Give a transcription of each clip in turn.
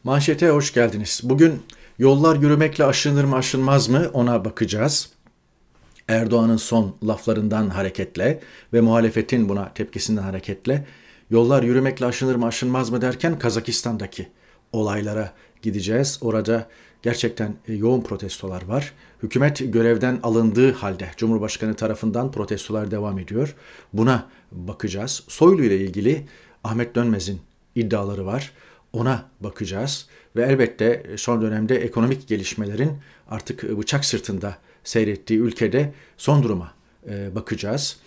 Manşete hoş geldiniz. Bugün yollar yürümekle aşınır mı aşınmaz mı ona bakacağız. Erdoğan'ın son laflarından hareketle ve muhalefetin buna tepkisinden hareketle yollar yürümekle aşınır mı aşınmaz mı derken Kazakistan'daki olaylara gideceğiz. Orada gerçekten yoğun protestolar var. Hükümet görevden alındığı halde Cumhurbaşkanı tarafından protestolar devam ediyor. Buna bakacağız. Soylu ile ilgili Ahmet Dönmez'in iddiaları var. Ona bakacağız ve elbette son dönemde ekonomik gelişmelerin artık bıçak sırtında seyrettiği ülkede son duruma bakacağız.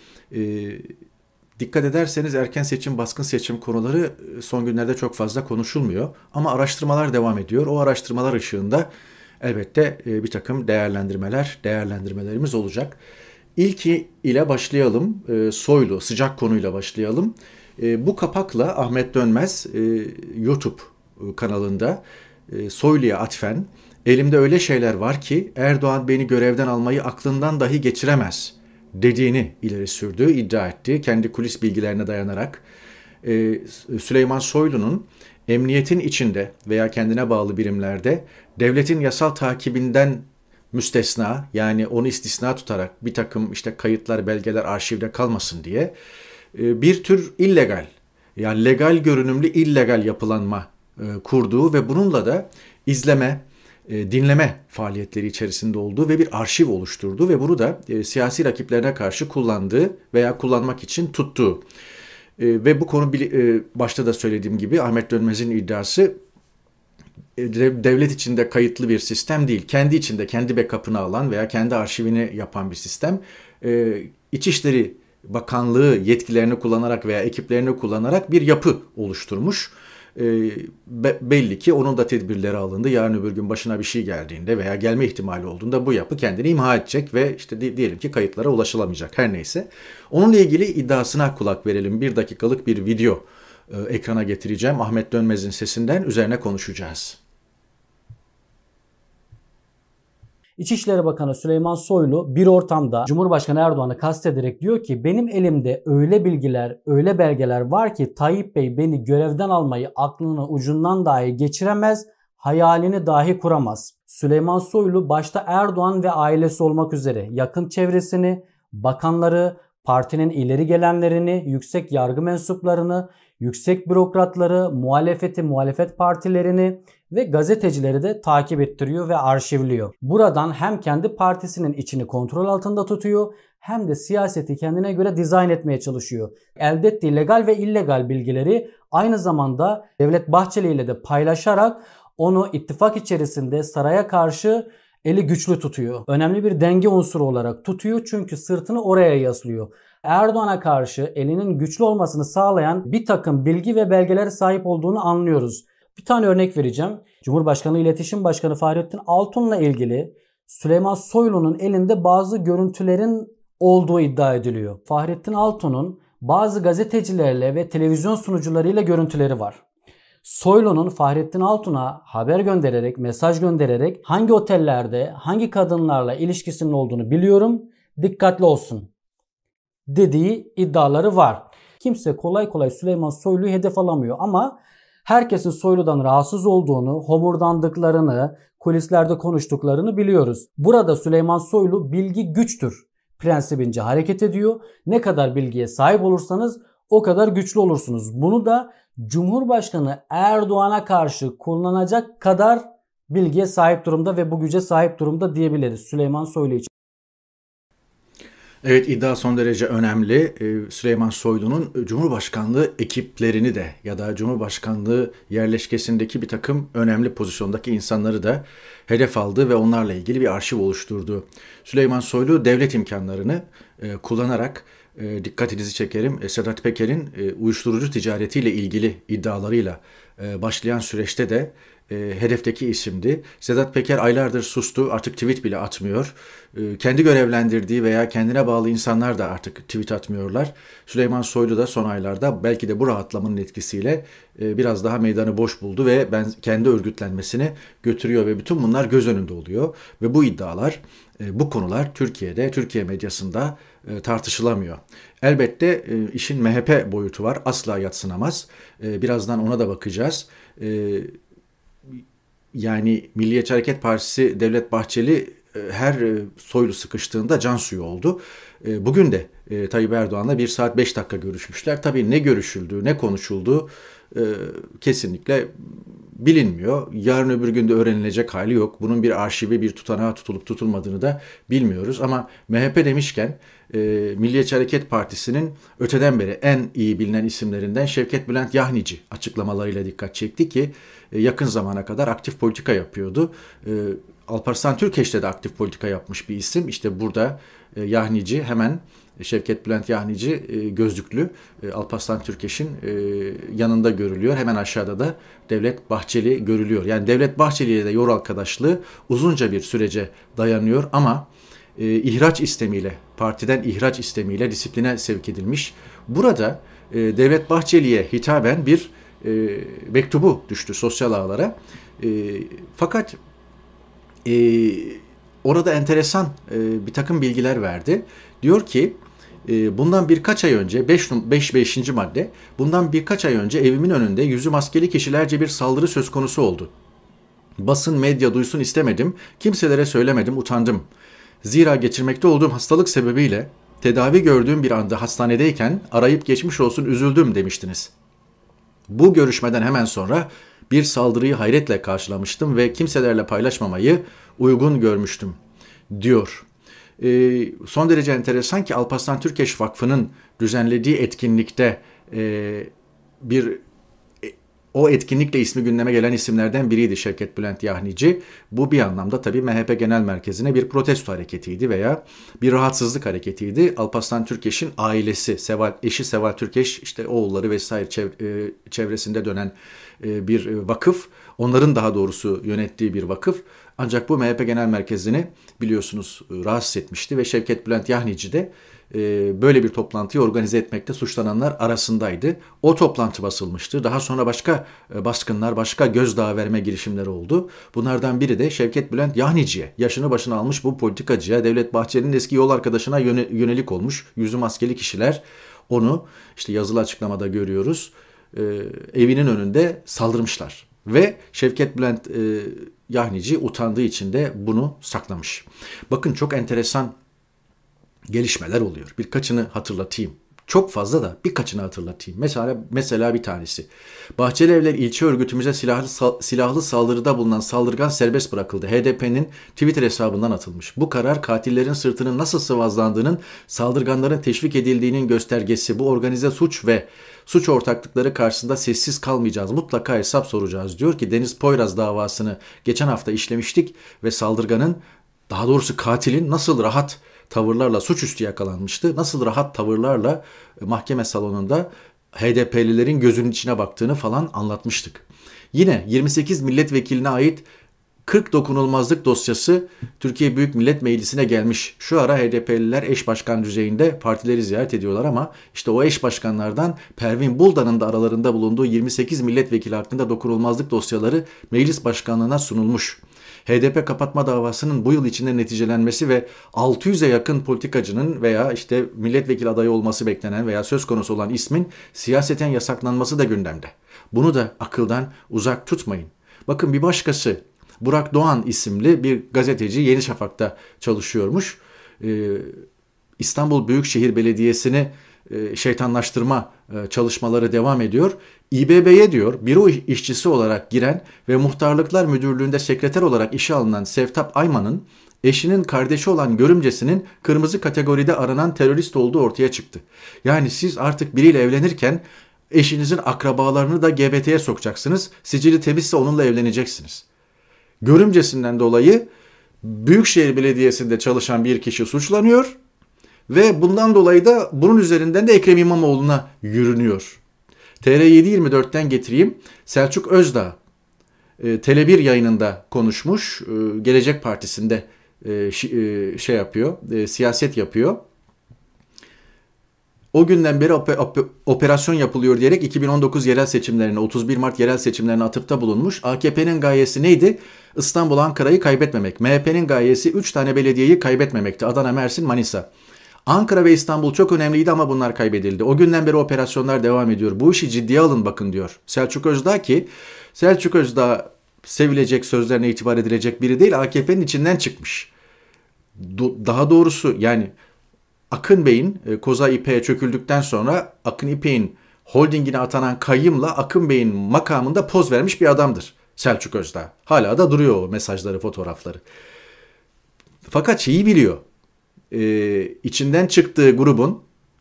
Dikkat ederseniz erken seçim, baskın seçim konuları son günlerde çok fazla konuşulmuyor. Ama araştırmalar devam ediyor. O araştırmalar ışığında elbette bir takım değerlendirmelerimiz olacak. İlki ile başlayalım. Soylu, sıcak konuyla başlayalım. Bu kapakla Ahmet Dönmez YouTube kanalında Soylu'ya atfen elimde öyle şeyler var ki Erdoğan beni görevden almayı aklından dahi geçiremez dediğini ileri sürdü, iddia etti. Kendi kulis bilgilerine dayanarak Süleyman Soylu'nun emniyetin içinde veya kendine bağlı birimlerde devletin yasal takibinden müstesna, yani onu istisna tutarak bir takım işte kayıtlar, belgeler arşivde kalmasın diye bir tür illegal, yani legal görünümlü illegal yapılanma kurduğu ve bununla da izleme, dinleme faaliyetleri içerisinde olduğu ve bir arşiv oluşturduğu ve bunu da siyasi rakiplerine karşı kullandığı veya kullanmak için tuttuğu. Ve bu konu başta da söylediğim gibi Ahmet Dönmez'in iddiası devlet içinde kayıtlı bir sistem değil. Kendi içinde kendi backup'ını alan veya kendi arşivini yapan bir sistem. İçişleri Bakanlığı yetkilerini kullanarak veya ekiplerini kullanarak bir yapı oluşturmuş. Belli ki onun da tedbirleri alındı. Yarın öbür gün başına bir şey geldiğinde veya gelme ihtimali olduğunda bu yapı kendini imha edecek ve işte diyelim ki kayıtlara ulaşılamayacak, her neyse. Onunla ilgili iddiasına kulak verelim. 1 dakikalık bir video ekrana getireceğim. Ahmet Dönmez'in sesinden üzerine konuşacağız. İçişleri Bakanı Süleyman Soylu bir ortamda Cumhurbaşkanı Erdoğan'ı kastederek diyor ki benim elimde öyle bilgiler, öyle belgeler var ki Tayyip Bey beni görevden almayı aklının ucundan dahi geçiremez, hayalini dahi kuramaz. Süleyman Soylu başta Erdoğan ve ailesi olmak üzere yakın çevresini, bakanları, partinin ileri gelenlerini, yüksek yargı mensuplarını, yüksek bürokratları, muhalefet partilerini ve gazetecileri de takip ettiriyor ve arşivliyor. Buradan hem kendi partisinin içini kontrol altında tutuyor hem de siyaseti kendine göre dizayn etmeye çalışıyor. Elde ettiği legal ve illegal bilgileri aynı zamanda Devlet Bahçeli ile de paylaşarak onu ittifak içerisinde saraya karşı eli güçlü tutuyor. Önemli bir denge unsuru olarak tutuyor çünkü sırtını oraya yaslıyor. Erdoğan'a karşı elinin güçlü olmasını sağlayan bir takım bilgi ve belgelere sahip olduğunu anlıyoruz. Bir tane örnek vereceğim. Cumhurbaşkanı İletişim Başkanı Fahrettin Altun'la ilgili Süleyman Soylu'nun elinde bazı görüntülerin olduğu iddia ediliyor. Fahrettin Altun'un bazı gazetecilerle ve televizyon sunucularıyla görüntüleri var. Soylu'nun Fahrettin Altun'a haber göndererek, mesaj göndererek hangi otellerde, hangi kadınlarla ilişkisinin olduğunu biliyorum, dikkatli olsun dediği iddiaları var. Kimse kolay kolay Süleyman Soylu'yu hedef alamıyor ama herkesin Soylu'dan rahatsız olduğunu, homurdandıklarını, kulislerde konuştuklarını biliyoruz. Burada Süleyman Soylu bilgi güçtür prensibince hareket ediyor. Ne kadar bilgiye sahip olursanız o kadar güçlü olursunuz. Bunu da Cumhurbaşkanı Erdoğan'a karşı kullanacak kadar bilgiye sahip durumda ve bu güce sahip durumda diyebiliriz Süleyman Soylu için. Evet, iddia son derece önemli. Süleyman Soylu'nun Cumhurbaşkanlığı ekiplerini de ya da Cumhurbaşkanlığı yerleşkesindeki bir takım önemli pozisyondaki insanları da hedef aldı ve onlarla ilgili bir arşiv oluşturdu. Süleyman Soylu devlet imkanlarını kullanarak, dikkatinizi çekerim, Sedat Peker'in uyuşturucu ticaretiyle ilgili iddialarıyla başlayan süreçte de hedefteki isimdi. Sedat Peker aylardır sustu, artık tweet bile atmıyor. Kendi görevlendirdiği veya kendine bağlı insanlar da artık tweet atmıyorlar. Süleyman Soylu da son aylarda belki de bu rahatlamanın etkisiyle biraz daha meydanı boş buldu ve kendi örgütlenmesini götürüyor ve bütün bunlar göz önünde oluyor. Ve bu iddialar, bu konular Türkiye'de, Türkiye medyasında tartışılamıyor. Elbette işin MHP boyutu var, asla yadsınamaz. Birazdan ona da bakacağız. Yani Milliyetçi Hareket Partisi Devlet Bahçeli her Soylu sıkıştığında can suyu oldu. Bugün de Tayyip Erdoğan'la 1 saat 5 dakika görüşmüşler. Tabii ne görüşüldü, ne konuşuldu kesinlikle bilinmiyor. Yarın öbür günde öğrenilecek hali yok. Bunun bir arşivi, bir tutanağı tutulup tutulmadığını da bilmiyoruz. Ama MHP demişken Milliyetçi Hareket Partisi'nin öteden beri en iyi bilinen isimlerinden Şevket Bülent Yahnici açıklamalarıyla dikkat çekti ki yakın zamana kadar aktif politika yapıyordu. Alparslan Türkeş'te de aktif politika yapmış bir isim. İşte burada Yahnici hemen Şevket Bülent Yahnici gözlüklü Alparslan Türkeş'in yanında görülüyor. Hemen aşağıda da Devlet Bahçeli görülüyor. Yani Devlet Bahçeli ile de yol arkadaşlığı uzunca bir sürece dayanıyor ama ihraç istemiyle, partiden ihraç istemiyle disipline sevk edilmiş. Burada Devlet Bahçeli'ye hitaben bir mektubu düştü sosyal ağlara. Fakat orada enteresan bir takım bilgiler verdi. Diyor ki bundan birkaç ay önce 5. madde, bundan birkaç ay önce evimin önünde yüzü maskeli kişilerce bir saldırı söz konusu oldu. Basın, medya duysun istemedim, kimselere söylemedim, utandım. Zira geçirmekte olduğum hastalık sebebiyle tedavi gördüğüm bir anda hastanedeyken arayıp geçmiş olsun üzüldüm demiştiniz. Bu görüşmeden hemen sonra bir saldırıyı hayretle karşılamıştım ve kimselerle paylaşmamayı uygun görmüştüm, diyor. Son derece enteresan ki Alparslan Türkeş Vakfı'nın düzenlediği etkinlikte o etkinlikle ismi gündeme gelen isimlerden biriydi Şevket Bülent Yahnici. Bu bir anlamda tabii MHP Genel Merkezi'ne bir protesto hareketiydi veya bir rahatsızlık hareketiydi. Alparslan Türkeş'in ailesi, eşi Seval Türkeş, işte oğulları vesaire çevresinde dönen bir vakıf. Onların daha doğrusu yönettiği bir vakıf. Ancak bu MHP Genel Merkezi'ni biliyorsunuz rahatsız etmişti ve Şevket Bülent Yahnici de böyle bir toplantıyı organize etmekte suçlananlar arasındaydı. O toplantı basılmıştı. Daha sonra başka baskınlar, başka gözdağı verme girişimleri oldu. Bunlardan biri de Şevket Bülent Yahnici'ye, yaşını başına almış bu politikacıya, Devlet Bahçeli'nin eski yol arkadaşına yönelik olmuş yüzü maskeli kişiler onu işte yazılı açıklamada görüyoruz. Evinin önünde saldırmışlar. Ve Şevket Bülent Yahnici utandığı için de bunu saklamış. Bakın çok enteresan gelişmeler oluyor. Birkaçını hatırlatayım. Çok fazla da birkaçını hatırlatayım. Mesela bir tanesi. Bahçelievler ilçe örgütümüze silahlı saldırıda bulunan saldırgan serbest bırakıldı. HDP'nin Twitter hesabından atılmış. Bu karar katillerin sırtının nasıl sıvazlandığının, saldırganların teşvik edildiğinin göstergesi. Bu organize suç ve suç ortaklıkları karşısında sessiz kalmayacağız. Mutlaka hesap soracağız. Diyor ki Deniz Poyraz davasını geçen hafta işlemiştik ve saldırganın, daha doğrusu katilin nasıl rahat tavırlarla suçüstü yakalanmıştı. Nasıl rahat tavırlarla mahkeme salonunda HDP'lilerin gözünün içine baktığını falan anlatmıştık. Yine 28 milletvekiline ait 40 dokunulmazlık dosyası Türkiye Büyük Millet Meclisi'ne gelmiş. Şu ara HDP'liler eş başkan düzeyinde partileri ziyaret ediyorlar ama işte o eş başkanlardan Pervin Buldan'ın da aralarında bulunduğu 28 milletvekili hakkında dokunulmazlık dosyaları meclis başkanlığına sunulmuş. HDP kapatma davasının bu yıl içinde neticelenmesi ve 600'e yakın politikacının veya işte milletvekili adayı olması beklenen veya söz konusu olan ismin siyaseten yasaklanması da gündemde. Bunu da akıldan uzak tutmayın. Bakın bir başkası Burak Doğan isimli bir gazeteci Yeni Şafak'ta çalışıyormuş. İstanbul Büyükşehir Belediyesi'ni şeytanlaştırma çalışmaları devam ediyor. İBB'ye diyor büro işçisi olarak giren ve muhtarlıklar müdürlüğünde sekreter olarak işe alınan Sevtap Ayman'ın eşinin kardeşi olan görümcesinin kırmızı kategoride aranan terörist olduğu ortaya çıktı. Yani siz artık biriyle evlenirken eşinizin akrabalarını da GBT'ye sokacaksınız. Sicili temizse onunla evleneceksiniz. Görümcesinden dolayı Büyükşehir Belediyesi'nde çalışan bir kişi suçlanıyor ve bundan dolayı da bunun üzerinden de Ekrem İmamoğlu'na yürünüyor. TR724'ten getireyim. Selçuk Özdağ Tele1 yayınında konuşmuş. Gelecek Partisi'nde siyaset yapıyor. O günden beri operasyon yapılıyor diyerek 2019 yerel seçimlerine, 31 Mart yerel seçimlerine atıfta bulunmuş. AKP'nin gayesi neydi? İstanbul, Ankara'yı kaybetmemek. MHP'nin gayesi 3 tane belediyeyi kaybetmemekti. Adana, Mersin, Manisa. Ankara ve İstanbul çok önemliydi ama bunlar kaybedildi. O günden beri operasyonlar devam ediyor. Bu işi ciddiye alın bakın diyor. Selçuk Özdağ sevilecek, sözlerine itibar edilecek biri değil. AKP'nin içinden çıkmış. Daha doğrusu yani Akın Bey'in Koza İpek'e çöküldükten sonra Akın İpek'in holdingine atanan kayyımla Akın Bey'in makamında poz vermiş bir adamdır Selçuk Özdağ. Hala da duruyor o mesajları, fotoğrafları. Fakat şeyi biliyor. İçinden çıktığı grubun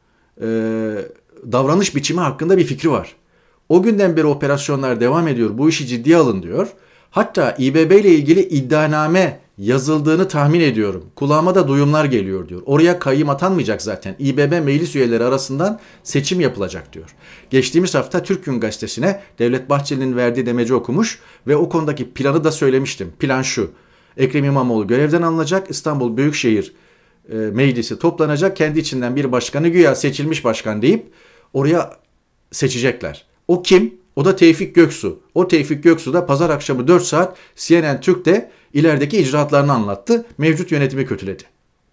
davranış biçimi hakkında bir fikri var. O günden beri operasyonlar devam ediyor. Bu işi ciddiye alın diyor. Hatta İBB ile ilgili iddianame yazıldığını tahmin ediyorum. Kulağıma da duyumlar geliyor diyor. Oraya kayyım atanmayacak zaten. İBB meclis üyeleri arasından seçim yapılacak diyor. Geçtiğimiz hafta Türk Gün Gazetesi'ne Devlet Bahçeli'nin verdiği demeci okumuş ve o konudaki planı da söylemiştim. Plan şu: Ekrem İmamoğlu görevden alınacak, İstanbul Büyükşehir Meclisi toplanacak, kendi içinden bir başkanı güya seçilmiş başkan deyip oraya seçecekler. O kim? O da Tevfik Göksu. O Tevfik Göksu da pazar akşamı 4 saat CNN Türk'te ilerideki icraatlarını anlattı. Mevcut yönetimi kötüledi.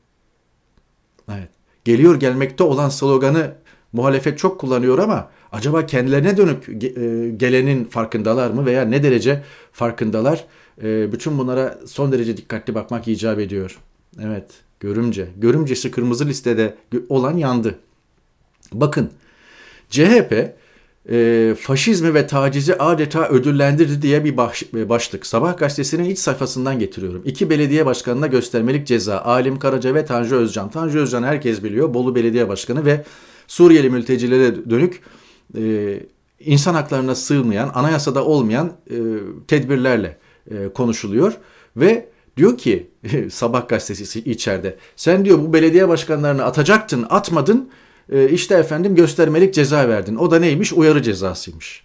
Evet. Geliyor gelmekte olan sloganı muhalefet çok kullanıyor ama acaba kendilerine dönük gelenin farkındalar mı veya ne derece farkındalar? Bütün bunlara son derece dikkatli bakmak icap ediyor. Evet, görümce. Görümcesi kırmızı listede olan yandı. Bakın, CHP faşizmi ve tacizi adeta ödüllendirdi diye bir başlık. Sabah gazetesinin iç sayfasından getiriyorum. 2 belediye başkanına göstermelik ceza. Alim Karaca ve Tanju Özcan. Tanju Özcan herkes biliyor. Bolu Belediye Başkanı ve Suriyeli mültecilere dönük insan haklarına sığmayan, anayasada olmayan tedbirlerle konuşuluyor. Ve diyor ki Sabah gazetesi içeride, sen diyor bu belediye başkanlarını atacaktın, atmadın. İşte efendim göstermelik ceza verdin. O da neymiş? Uyarı cezasıymış.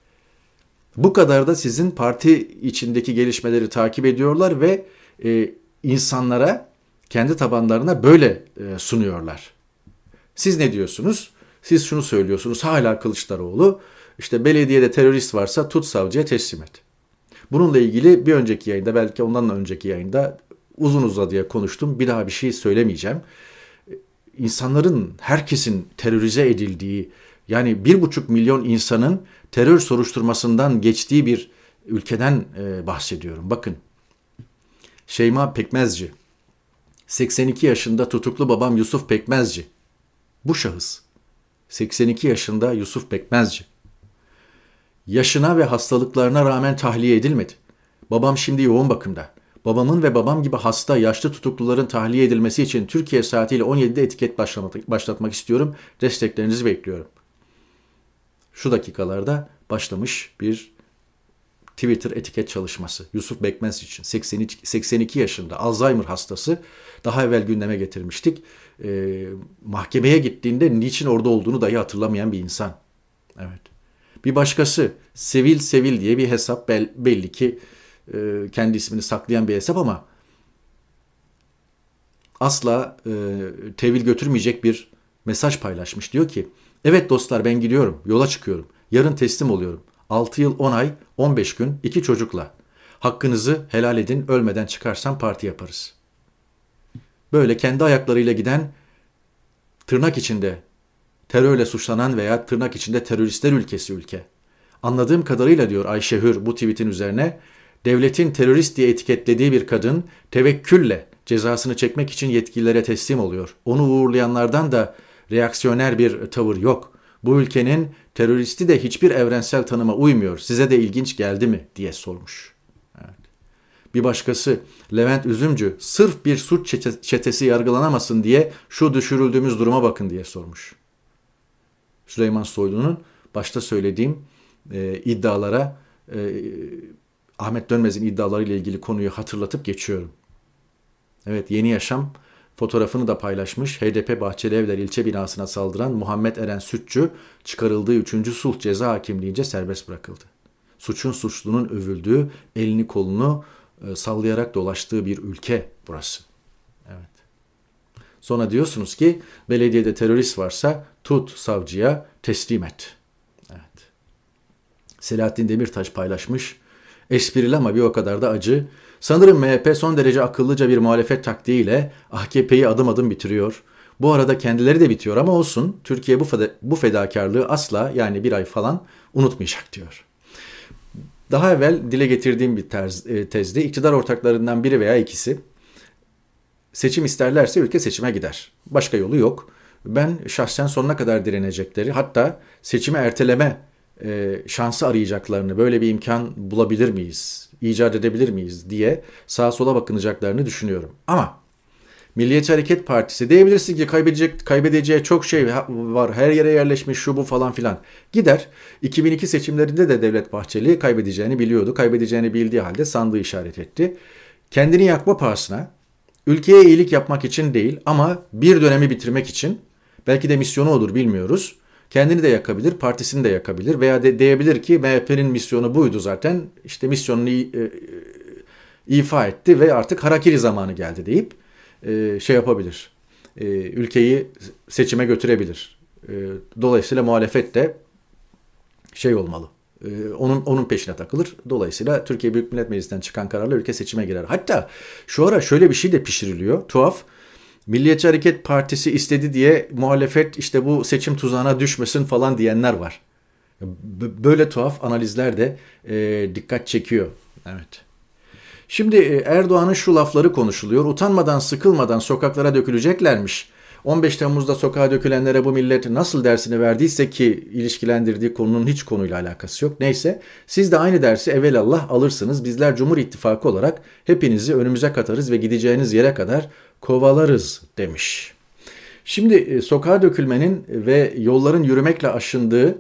Bu kadar da sizin parti içindeki gelişmeleri takip ediyorlar ve insanlara, kendi tabanlarına böyle sunuyorlar. Siz ne diyorsunuz? Siz şunu söylüyorsunuz. Hala Kılıçdaroğlu, işte belediyede terörist varsa tut savcıya teslim et. Bununla ilgili bir önceki yayında, belki ondan da önceki yayında uzun uzadıya konuştum. Bir daha bir şey söylemeyeceğim. İnsanların, herkesin terörize edildiği, yani 1,5 milyon insanın terör soruşturmasından geçtiği bir ülkeden bahsediyorum. Bakın, Şeyma Pekmezci, 82 yaşında tutuklu babam Yusuf Pekmezci. Bu şahıs, 82 yaşında Yusuf Pekmezci. Yaşına ve hastalıklarına rağmen tahliye edilmedi. Babam şimdi yoğun bakımda. Babamın ve babam gibi hasta, yaşlı tutukluların tahliye edilmesi için Türkiye saatiyle 17'de etiket başlatmak istiyorum. Desteklerinizi bekliyorum. Şu dakikalarda başlamış bir Twitter etiket çalışması. Yusuf Pekmez için 82 yaşında Alzheimer hastası. Daha evvel gündeme getirmiştik. Mahkemeye gittiğinde niçin orada olduğunu dahi hatırlamayan bir insan. Evet. Bir başkası Sevil diye bir hesap, belli ki kendi ismini saklayan bir hesap ama asla tevil götürmeyecek bir mesaj paylaşmış. Diyor ki, evet dostlar ben gidiyorum, yola çıkıyorum. Yarın teslim oluyorum. 6 yıl 10 ay 15 gün 2 çocukla. Hakkınızı helal edin, ölmeden çıkarsam parti yaparız. Böyle kendi ayaklarıyla giden, tırnak içinde terörle suçlanan veya tırnak içinde teröristler ülkesi ülke. Anladığım kadarıyla diyor Ayşe Hür bu tweetin üzerine, devletin terörist diye etiketlediği bir kadın tevekkülle cezasını çekmek için yetkililere teslim oluyor. Onu uğurlayanlardan da reaksiyoner bir tavır yok. Bu ülkenin teröristi de hiçbir evrensel tanıma uymuyor. Size de ilginç geldi mi diye sormuş. Evet. Bir başkası Levent Üzümcü sırf bir suç çetesi yargılanamasın diye şu düşürüldüğümüz duruma bakın diye sormuş. Süleyman Soylu'nun başta söylediğim iddialara, Ahmet Dönmez'in iddialarıyla ilgili konuyu hatırlatıp geçiyorum. Evet, Yeni Yaşam fotoğrafını da paylaşmış. HDP Bahçelievler ilçe binasına saldıran Muhammed Eren Sütçü çıkarıldığı 3. sulh ceza hakimliğince serbest bırakıldı. Suçun suçlunun övüldüğü, elini kolunu sallayarak dolaştığı bir ülke burası. Evet. Sonra diyorsunuz ki belediyede terörist varsa tut savcıya teslim et. Evet. Selahattin Demirtaş paylaşmış. Esprili ama bir o kadar da acı. Sanırım MHP son derece akıllıca bir muhalefet taktiğiyle AKP'yi adım adım bitiriyor. Bu arada kendileri de bitiyor ama olsun. Türkiye bu fedakarlığı asla, yani bir ay falan unutmayacak diyor. Daha evvel dile getirdiğim bir tezdi. İktidar ortaklarından biri veya ikisi seçim isterlerse ülke seçime gider. Başka yolu yok. Ben şahsen sonuna kadar direnecekleri, hatta seçimi erteleme şansı arayacaklarını, böyle bir imkan bulabilir miyiz, icat edebilir miyiz diye sağa sola bakınacaklarını düşünüyorum. Ama Milliyetçi Hareket Partisi diyebilirsin ki kaybedeceği çok şey var. Her yere yerleşmiş, şu bu falan filan. Gider. 2002 seçimlerinde de Devlet Bahçeli kaybedeceğini biliyordu. Kaybedeceğini bildiği halde sandığı işaret etti. Kendini yakma pahasına, ülkeye iyilik yapmak için değil ama bir dönemi bitirmek için, belki de misyonu odur bilmiyoruz. Kendini de yakabilir, partisini de yakabilir veya diyebilir ki MHP'nin misyonu buydu zaten. İşte misyonunu ifa etti ve artık harakiri zamanı geldi deyip şey yapabilir. Ülkeyi seçime götürebilir. Dolayısıyla muhalefet de şey olmalı. Onun peşine takılır. Dolayısıyla Türkiye Büyük Millet Meclisi'nden çıkan kararla ülke seçime girer. Hatta şu ara şöyle bir şey de pişiriliyor. Tuhaf. Milliyetçi Hareket Partisi istedi diye muhalefet işte bu seçim tuzağına düşmesin falan diyenler var. Böyle tuhaf analizler de dikkat çekiyor. Evet. Şimdi Erdoğan'ın şu lafları konuşuluyor. Utanmadan, sıkılmadan sokaklara döküleceklermiş. 15 Temmuz'da sokağa dökülenlere bu millet nasıl dersini verdiyse, ki ilişkilendirdiği konunun hiç konuyla alakası yok. Neyse, siz de aynı dersi evelallah alırsınız. Bizler Cumhur İttifakı olarak hepinizi önümüze katarız ve gideceğiniz yere kadar kovalarız demiş. Şimdi sokağa dökülmenin ve yolların yürümekle aşındığı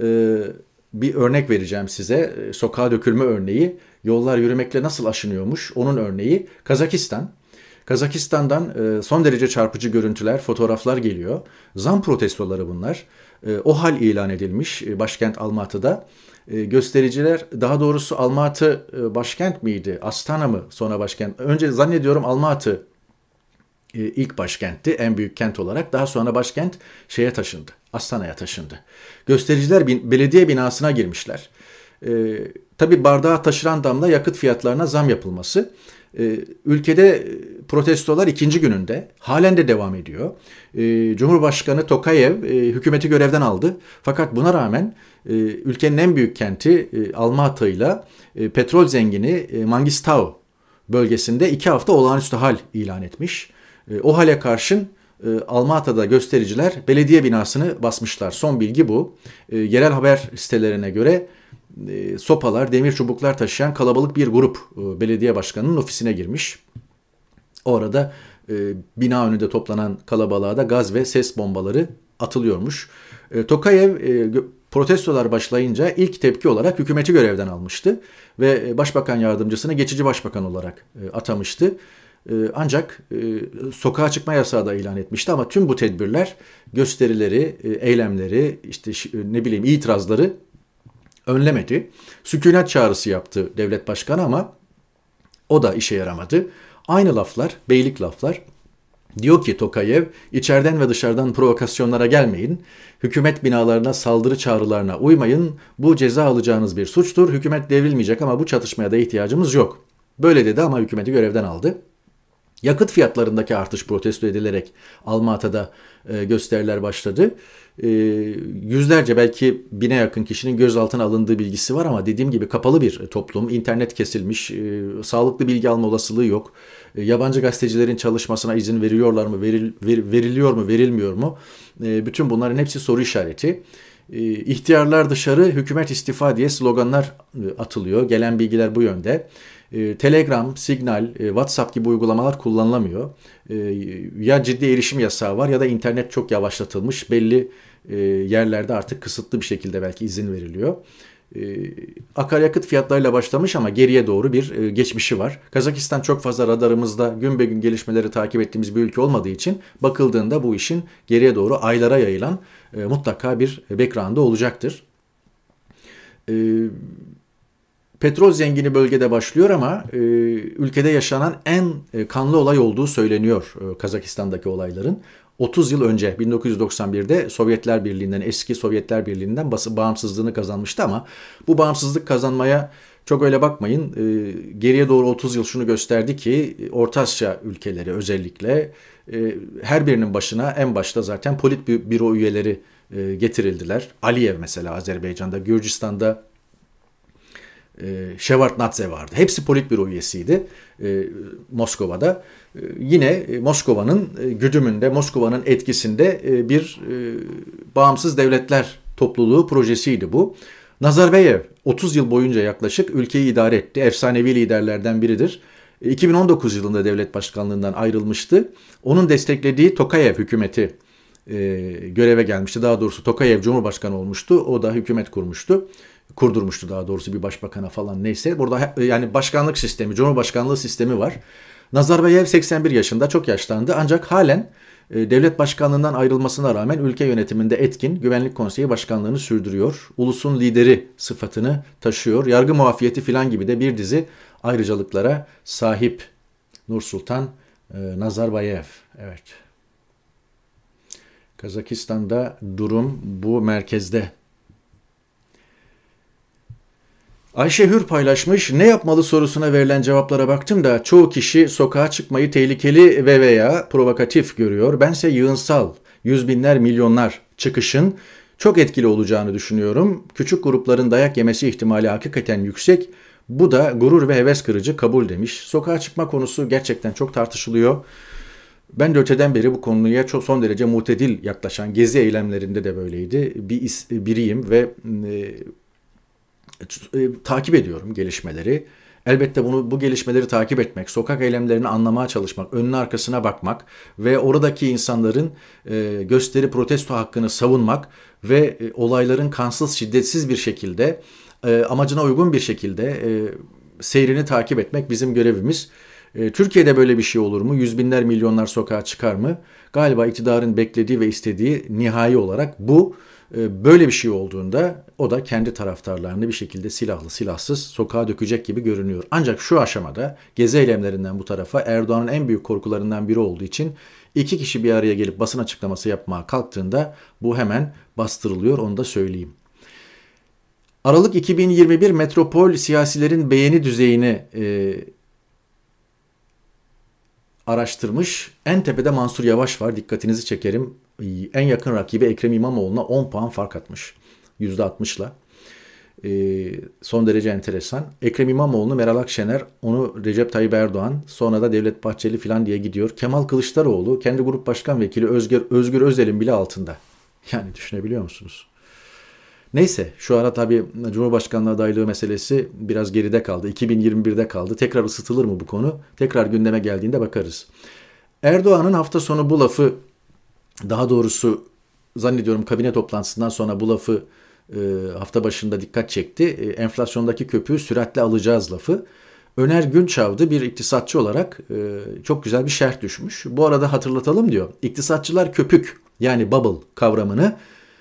bir örnek vereceğim size. Sokağa dökülme örneği. Yollar yürümekle nasıl aşınıyormuş? Onun örneği Kazakistan. Kazakistan'dan son derece çarpıcı görüntüler, fotoğraflar geliyor. Zam protestoları bunlar. OHAL ilan edilmiş başkent Almatı'da. Göstericiler, daha doğrusu Almatı başkent miydi? Astana mı sonra başkent? Önce zannediyorum Almatı ilk başkentti, en büyük kent olarak. Daha sonra başkent şeye taşındı, Astana'ya taşındı. Göstericiler belediye binasına girmişler. Tabii bardağa taşıran damla yakıt fiyatlarına zam yapılması. Ülkede protestolar ikinci gününde halen de devam ediyor. Cumhurbaşkanı Tokayev hükümeti görevden aldı. Fakat buna rağmen ülkenin en büyük kenti Almatı ile petrol zengini Mangistau bölgesinde 2 hafta olağanüstü hal ilan etmiş. O hale karşın Almatı'da göstericiler belediye binasını basmışlar. Son bilgi bu. Yerel haber sitelerine göre sopalar, demir çubuklar taşıyan kalabalık bir grup belediye başkanının ofisine girmiş. Orada bina önünde toplanan kalabalığa da gaz ve ses bombaları atılıyormuş. Tokayev protestolar başlayınca ilk tepki olarak hükümeti görevden almıştı ve başbakan yardımcısını geçici başbakan olarak atamıştı. Ancak sokağa çıkma yasağı da ilan etmişti ama tüm bu tedbirler, gösterileri, eylemleri, işte ne bileyim itirazları önlemedi. Sükunet çağrısı yaptı devlet başkanı ama o da işe yaramadı. Aynı laflar, beylik laflar. Diyor ki Tokayev, içeriden ve dışarıdan provokasyonlara gelmeyin. Hükümet binalarına saldırı çağrılarına uymayın. Bu ceza alacağınız bir suçtur. Hükümet devrilmeyecek ama bu çatışmaya da ihtiyacımız yok. Böyle dedi ama hükümeti görevden aldı. Yakıt fiyatlarındaki artış protesto edilerek Almatı'da gösteriler başladı. Yüzlerce, belki 1000'e yakın kişinin gözaltına alındığı bilgisi var ama dediğim gibi kapalı bir toplum. İnternet kesilmiş, sağlıklı bilgi alma olasılığı yok. Yabancı gazetecilerin çalışmasına izin veriyorlar mı, veriliyor mu, verilmiyor mu? Bütün bunların hepsi soru işareti. İhtiyarlar dışarı, hükümet istifa diye sloganlar atılıyor. Gelen bilgiler bu yönde. Telegram, Signal, WhatsApp gibi uygulamalar kullanılamıyor. Ya ciddi erişim yasağı var ya da internet çok yavaşlatılmış. Belli yerlerde artık kısıtlı bir şekilde belki izin veriliyor. Akaryakıt fiyatlarıyla başlamış ama geriye doğru bir geçmişi var. Kazakistan çok fazla radarımızda gün be gün gelişmeleri takip ettiğimiz bir ülke olmadığı için bakıldığında bu işin geriye doğru aylara yayılan mutlaka bir background'ı olacaktır. Petrol zengini bölgede başlıyor ama ülkede yaşanan en kanlı olay olduğu söyleniyor Kazakistan'daki olayların. 30 yıl önce 1991'de Sovyetler Birliği'nden, eski Sovyetler Birliği'nden bağımsızlığını kazanmıştı ama bu bağımsızlık kazanmaya çok öyle bakmayın. Geriye doğru 30 yıl şunu gösterdi ki Orta Asya ülkeleri özellikle her birinin başına en başta zaten politbüro üyeleri getirildiler. Aliyev mesela Azerbaycan'da, Gürcistan'da Shevardnadze vardı. Hepsi politbüro üyesiydi Moskova'da. Yine Moskova'nın güdümünde, Moskova'nın etkisinde bir bağımsız devletler topluluğu projesiydi bu. Nazarbayev 30 yıl boyunca yaklaşık ülkeyi idare etti. Efsanevi liderlerden biridir. 2019 yılında devlet başkanlığından ayrılmıştı. Onun desteklediği Tokayev hükümeti göreve gelmişti. Daha doğrusu Tokayev Cumhurbaşkanı olmuştu. O da hükümet kurmuştu. Kurdurmuştu daha doğrusu bir başbakana falan neyse. Burada yani başkanlık sistemi, cumhurbaşkanlığı sistemi var. Nazarbayev 81 yaşında, çok yaşlandı. Ancak halen devlet başkanlığından ayrılmasına rağmen ülke yönetiminde etkin, Güvenlik Konseyi Başkanlığını sürdürüyor. Ulusun lideri sıfatını taşıyor. Yargı muafiyeti falan gibi de bir dizi ayrıcalıklara sahip Nursultan Nazarbayev. Evet. Kazakistan'da durum bu merkezde. Ayşe Hür paylaşmış, ne yapmalı sorusuna verilen cevaplara baktım da çoğu kişi sokağa çıkmayı tehlikeli ve veya provokatif görüyor. Bense yığınsal, yüz binler, milyonlar çıkışın çok etkili olacağını düşünüyorum. Küçük grupların dayak yemesi ihtimali hakikaten yüksek. Bu da gurur ve heves kırıcı, kabul demiş. Sokağa çıkma konusu gerçekten çok tartışılıyor. Ben de öteden beri bu konuya çok son derece mutedil yaklaşan, gezi eylemlerinde de böyleydi. Biriyim ve takip ediyorum gelişmeleri. Elbette bu gelişmeleri takip etmek, sokak eylemlerini anlamaya çalışmak, önüne arkasına bakmak ve oradaki insanların gösteri protesto hakkını savunmak ve olayların kansız, şiddetsiz bir şekilde, amacına uygun bir şekilde seyrini takip etmek bizim görevimiz. Türkiye'de böyle bir şey olur mu? Yüz binler, milyonlar sokağa çıkar mı? Galiba iktidarın beklediği ve istediği nihai olarak bu. Böyle bir şey olduğunda o da kendi taraftarlarını bir şekilde silahlı silahsız sokağa dökecek gibi görünüyor. Ancak şu aşamada gezi eylemlerinden bu tarafa Erdoğan'ın en büyük korkularından biri olduğu için iki kişi bir araya gelip basın açıklaması yapmaya kalktığında bu hemen bastırılıyor, onu da söyleyeyim. Aralık 2021 Metropol siyasilerin beğeni düzeyini araştırmış. En tepede Mansur Yavaş var. Dikkatinizi çekerim. En yakın rakibi Ekrem İmamoğlu'na 10 puan fark atmış. %60'la. Son derece enteresan. Ekrem İmamoğlu'nu Meral Akşener, onu Recep Tayyip Erdoğan, sonra da Devlet Bahçeli falan diye gidiyor. Kemal Kılıçdaroğlu kendi grup başkan vekili Özgür Özel'in bile altında. Yani düşünebiliyor musunuz? Neyse, şu ara tabii Cumhurbaşkanlığı adaylığı meselesi biraz geride kaldı. 2021'de kaldı. Tekrar ısıtılır mı bu konu? Tekrar gündeme geldiğinde bakarız. Erdoğan'ın hafta sonu bu lafı, daha doğrusu zannediyorum kabine toplantısından sonra bu lafı hafta başında dikkat çekti. Enflasyondaki köpüğü süratle alacağız lafı. Öner Günçav'da bir iktisatçı olarak çok güzel bir şerh düşmüş. Bu arada hatırlatalım diyor. İktisatçılar köpük, yani bubble kavramını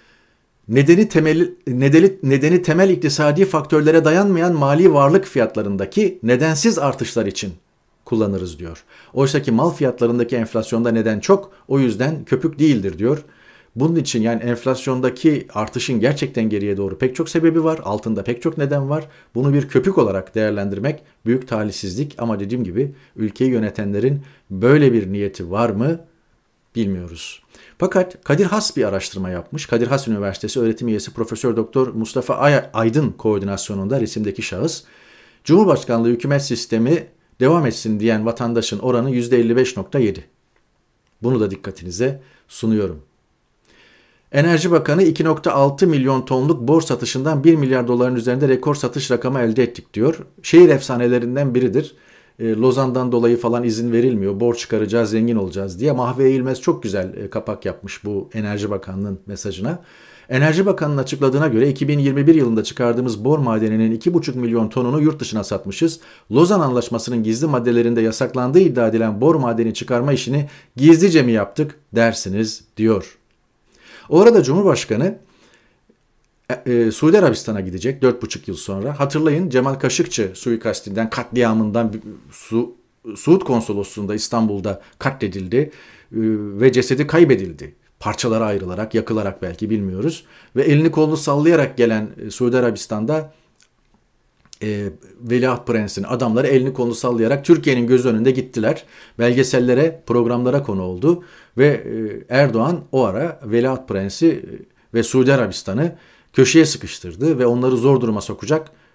nedeni temel iktisadi faktörlere dayanmayan mali varlık fiyatlarındaki nedensiz artışlar için kullanırız diyor. Oysa ki mal fiyatlarındaki enflasyonda neden çok, o yüzden köpük değildir diyor. Bunun için yani enflasyondaki artışın gerçekten geriye doğru pek çok sebebi var. Altında pek çok neden var. Bunu bir köpük olarak değerlendirmek büyük talihsizlik. Ama dediğim gibi ülkeyi yönetenlerin böyle bir niyeti var mı bilmiyoruz. Fakat Kadir Has bir araştırma yapmış. Kadir Has Üniversitesi öğretim üyesi Profesör Doktor Mustafa Aydın koordinasyonunda resimdeki şahıs, Cumhurbaşkanlığı hükümet sistemi devam etsin diyen vatandaşın oranı %55.7. Bunu da dikkatinize sunuyorum. Enerji Bakanı 2.6 milyon tonluk bor satışından 1 milyar doların üzerinde rekor satış rakamı elde ettik diyor. Şehir efsanelerinden biridir. Lozan'dan dolayı falan izin verilmiyor. Bor çıkaracağız, zengin olacağız diye. Mahve Eğilmez çok güzel kapak yapmış bu Enerji Bakanlığı'nın mesajına. Enerji Bakanı'nın açıkladığına göre 2021 yılında çıkardığımız bor madeninin 2,5 milyon tonunu yurt dışına satmışız. Lozan Anlaşması'nın gizli maddelerinde yasaklandığı iddia edilen bor madeni çıkarma işini gizlice mi yaptık dersiniz diyor. O arada Cumhurbaşkanı Suudi Arabistan'a gidecek 4,5 yıl sonra. Hatırlayın, Cemal Kaşıkçı suikastinden, katliamından Suud Konsolosluğu'nda İstanbul'da katledildi ve cesedi kaybedildi. Parçalara ayrılarak, yakılarak belki bilmiyoruz. Ve elini kolunu sallayarak gelen Suudi Arabistan'da Veliaht Prensi'nin adamları elini kolunu sallayarak Türkiye'nin göz önünde gittiler. Belgesellere, programlara konu oldu. Ve Erdoğan o ara Veliaht Prensi ve Suudi Arabistan'ı köşeye sıkıştırdı ve onları zor duruma sokacak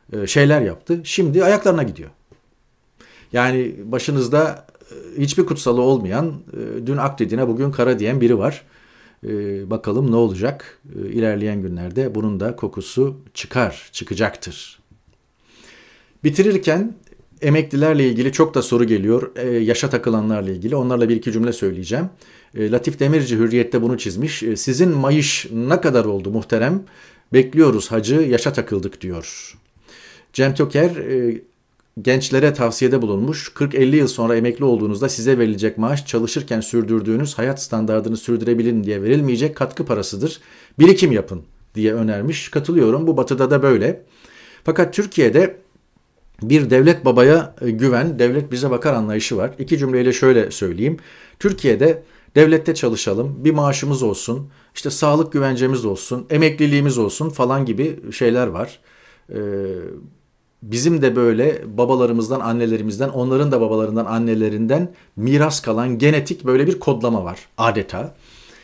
şeyler yaptı. Şimdi ayaklarına gidiyor. Yani başınızda hiçbir kutsalı olmayan, dün ak dediğine bugün kara diyen biri var. Bakalım ne olacak? İlerleyen günlerde bunun da kokusu çıkacaktır. Bitirirken emeklilerle ilgili çok da soru geliyor. Yaşa takılanlarla ilgili. Onlarla bir iki cümle söyleyeceğim. Latif Demirci Hürriyet'te bunu çizmiş. Sizin mayış ne kadar oldu muhterem? Bekliyoruz hacı, yaşa takıldık diyor. Cem Töker gençlere tavsiyede bulunmuş. 40-50 yıl sonra emekli olduğunuzda size verilecek maaş çalışırken sürdürdüğünüz hayat standardını sürdürebilin diye verilmeyecek katkı parasıdır. Birikim yapın diye önermiş. Katılıyorum. Bu batıda da böyle. Fakat Türkiye'de bir devlet babaya güven, devlet bize bakar anlayışı var. İki cümleyle şöyle söyleyeyim. Türkiye'de devlette çalışalım, bir maaşımız olsun, işte sağlık güvencemiz olsun, emekliliğimiz olsun falan gibi şeyler var. Bizim de böyle babalarımızdan, annelerimizden, onların da babalarından, annelerinden miras kalan genetik böyle bir kodlama var adeta.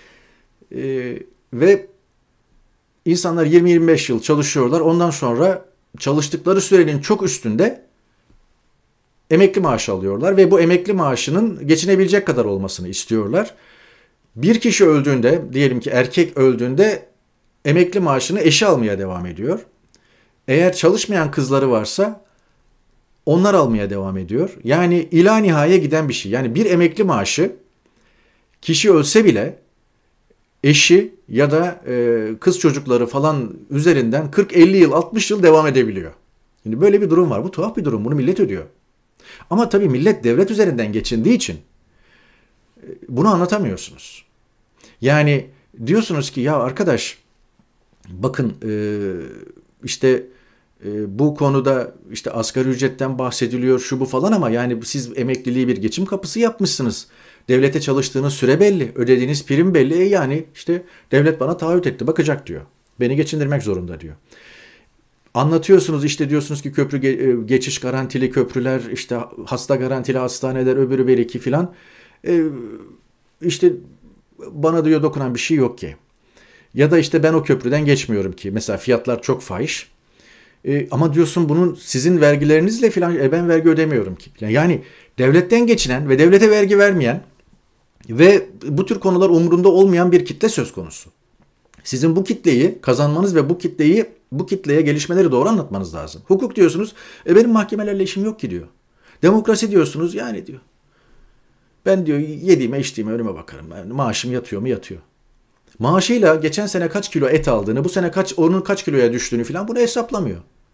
Ve insanlar 20-25 yıl çalışıyorlar. Ondan sonra çalıştıkları sürenin çok üstünde emekli maaşı alıyorlar ve bu emekli maaşının geçinebilecek kadar olmasını istiyorlar. Bir kişi öldüğünde, diyelim ki erkek öldüğünde emekli maaşını eşi almaya devam ediyor. Eğer çalışmayan kızları varsa onlar almaya devam ediyor. Yani ila nihaya giden bir şey. Yani bir emekli maaşı kişi ölse bile eşi ya da kız çocukları falan üzerinden 40-50 yıl, 60 yıl devam edebiliyor. Şimdi böyle bir durum var. Bu tuhaf bir durum. Bunu millet ödüyor. Ama tabii millet devlet üzerinden geçindiği için bunu anlatamıyorsunuz. Yani diyorsunuz ki ya arkadaş bakın işte bu konuda işte asgari ücretten bahsediliyor şu bu falan ama yani siz emekliliği bir geçim kapısı yapmışsınız. Devlete çalıştığınız süre belli, ödediğiniz prim belli. Yani işte devlet bana taahhüt etti, bakacak diyor. Beni geçindirmek zorunda diyor. Anlatıyorsunuz işte diyorsunuz ki köprü geçiş garantili köprüler, işte hasta garantili hastaneler, öbürü beriki filan. İşte bana diyor dokunan bir şey yok ki. Ya da işte ben o köprüden geçmiyorum ki. Mesela fiyatlar çok fahiş. Ama diyorsun bunun sizin vergilerinizle filan ben vergi ödemiyorum ki. Yani devletten geçinen ve devlete vergi vermeyen ve bu tür konular umurunda olmayan bir kitle söz konusu. Sizin bu kitleyi kazanmanız ve bu kitleye gelişmeleri doğru anlatmanız lazım. Hukuk diyorsunuz, benim mahkemelerle işim yok ki diyor. Demokrasi diyorsunuz, yani diyor. Ben diyor yediğime içtiğime önüme bakarım. Yani maaşım yatıyor mu yatıyor. Maaşıyla geçen sene kaç kilo et aldığını, bu sene onun kaç kiloya düştüğünü filan bunu hesaplamıyor.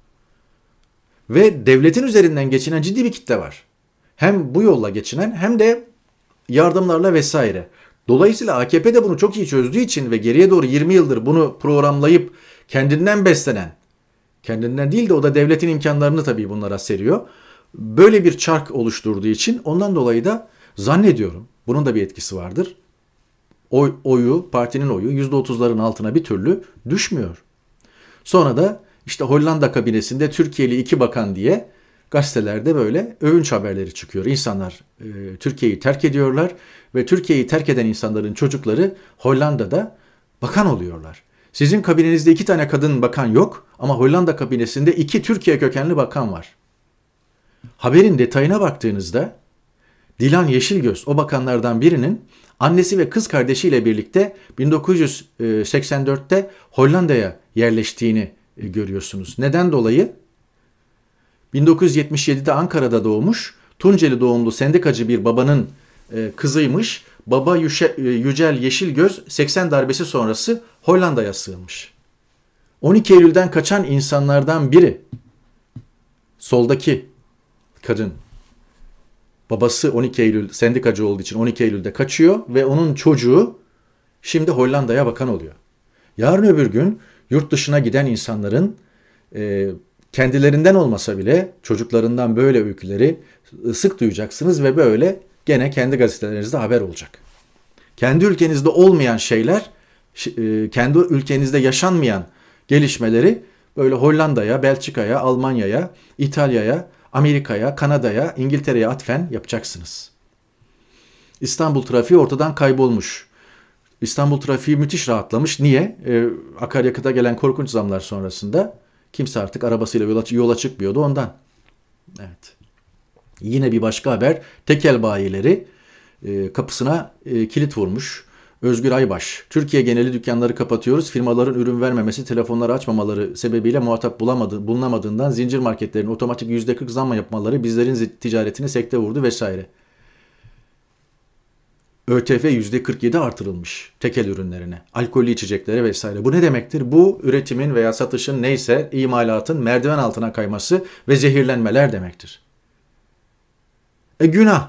Ve devletin üzerinden geçinen ciddi bir kitle var. Hem bu yolla geçinen hem de yardımlarla vesaire. Dolayısıyla AKP de bunu çok iyi çözdüğü için ve geriye doğru 20 yıldır bunu programlayıp kendinden beslenen, kendinden değil de o da devletin imkanlarını tabii bunlara seriyor. Böyle bir çark oluşturduğu için ondan dolayı da zannediyorum bunun da bir etkisi vardır. Partinin oyu %30'ların altına bir türlü düşmüyor. Sonra da işte Hollanda kabinesinde Türkiye'li 2 bakan diye gazetelerde böyle övünç haberleri çıkıyor. İnsanlar Türkiye'yi terk ediyorlar ve Türkiye'yi terk eden insanların çocukları Hollanda'da bakan oluyorlar. Sizin kabinenizde 2 tane kadın bakan yok ama Hollanda kabinesinde 2 Türkiye kökenli bakan var. Haberin detayına baktığınızda Dilan Yeşilgöz o bakanlardan birinin annesi ve kız kardeşiyle birlikte 1984'te Hollanda'ya yerleştiğini görüyorsunuz. Neden dolayı? 1977'de Ankara'da doğmuş, Tunceli doğumlu sendikacı bir babanın kızıymış. Baba Yücel Yeşilgöz 80 darbesi sonrası Hollanda'ya sığınmış. 12 Eylül'den kaçan insanlardan biri. Soldaki kadın. Babası 12 Eylül sendikacı olduğu için 12 Eylül'de kaçıyor ve onun çocuğu şimdi Hollanda'ya bakan oluyor. Yarın öbür gün yurt dışına giden insanların kendilerinden olmasa bile çocuklarından böyle öyküleri sık duyacaksınız ve böyle gene kendi gazetelerinizde haber olacak. Kendi ülkenizde olmayan şeyler, kendi ülkenizde yaşanmayan gelişmeleri böyle Hollanda'ya, Belçika'ya, Almanya'ya, İtalya'ya, Amerika'ya, Kanada'ya, İngiltere'ye atfen yapacaksınız. İstanbul trafiği ortadan kaybolmuş. İstanbul trafiği müthiş rahatlamış. Niye? Akaryakıta gelen korkunç zamlar sonrasında Kimse artık arabasıyla yola çıkmıyordu ondan. Evet. Yine bir başka haber. Tekel bayileri kapısına kilit vurmuş. Özgür Aybaş. Türkiye geneli dükkanları kapatıyoruz. Firmaların ürün vermemesi, telefonları açmamaları sebebiyle muhatap bulunamadığından zincir marketlerin otomatik %40 zam yapmaları bizlerin ticaretine sekte vurdu vesaire. ÖTV %47 artırılmış tekel ürünlerine, alkollü içeceklere vesaire. Bu ne demektir? Bu üretimin veya satışın neyse imalatın merdiven altına kayması ve zehirlenmeler demektir. Günah.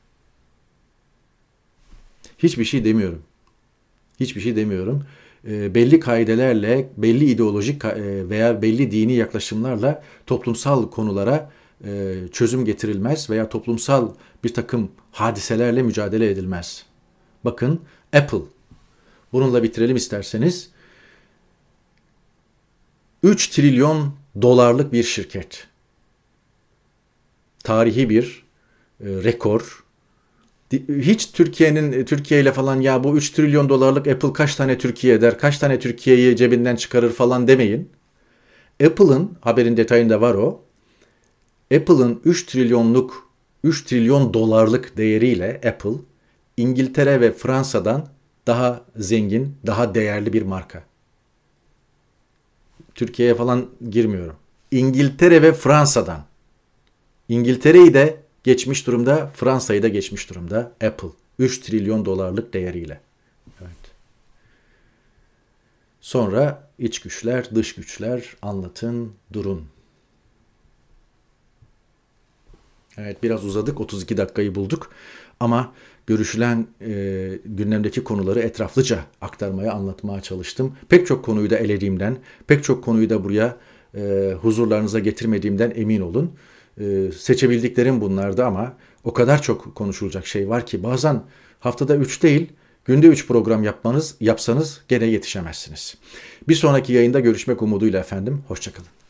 Hiçbir şey demiyorum. Hiçbir şey demiyorum. Belli kaidelerle, belli ideolojik veya belli dini yaklaşımlarla toplumsal konulara çözüm getirilmez veya toplumsal bir takım hadiselerle mücadele edilmez. Bakın Apple. Bununla bitirelim isterseniz. 3 trilyon dolarlık bir şirket. Tarihi bir rekor. Hiç Türkiye ile falan ya bu 3 trilyon dolarlık Apple kaç tane Türkiye eder, kaç tane Türkiye'yi cebinden çıkarır falan demeyin. Apple'ın, haberin detayında var o, Apple'ın 3 trilyon dolarlık değeriyle Apple, İngiltere ve Fransa'dan daha zengin, daha değerli bir marka. Türkiye'ye falan girmiyorum. İngiltere ve Fransa'dan. İngiltere'yi de geçmiş durumda, Fransa'yı da geçmiş durumda Apple. 3 trilyon dolarlık değeriyle. Evet. Sonra iç güçler, dış güçler, anlatın, durun. Evet, biraz uzadık, 32 dakikayı bulduk ama görüşülen gündemdeki konuları etraflıca aktarmaya, anlatmaya çalıştım. Pek çok konuyu da elediğimden, pek çok konuyu da buraya huzurlarınıza getirmediğimden emin olun. Seçebildiklerim bunlardı ama o kadar çok konuşulacak şey var ki bazen haftada 3 değil, günde 3 program yapsanız gene yetişemezsiniz. Bir sonraki yayında görüşmek umuduyla efendim, hoşça kalın.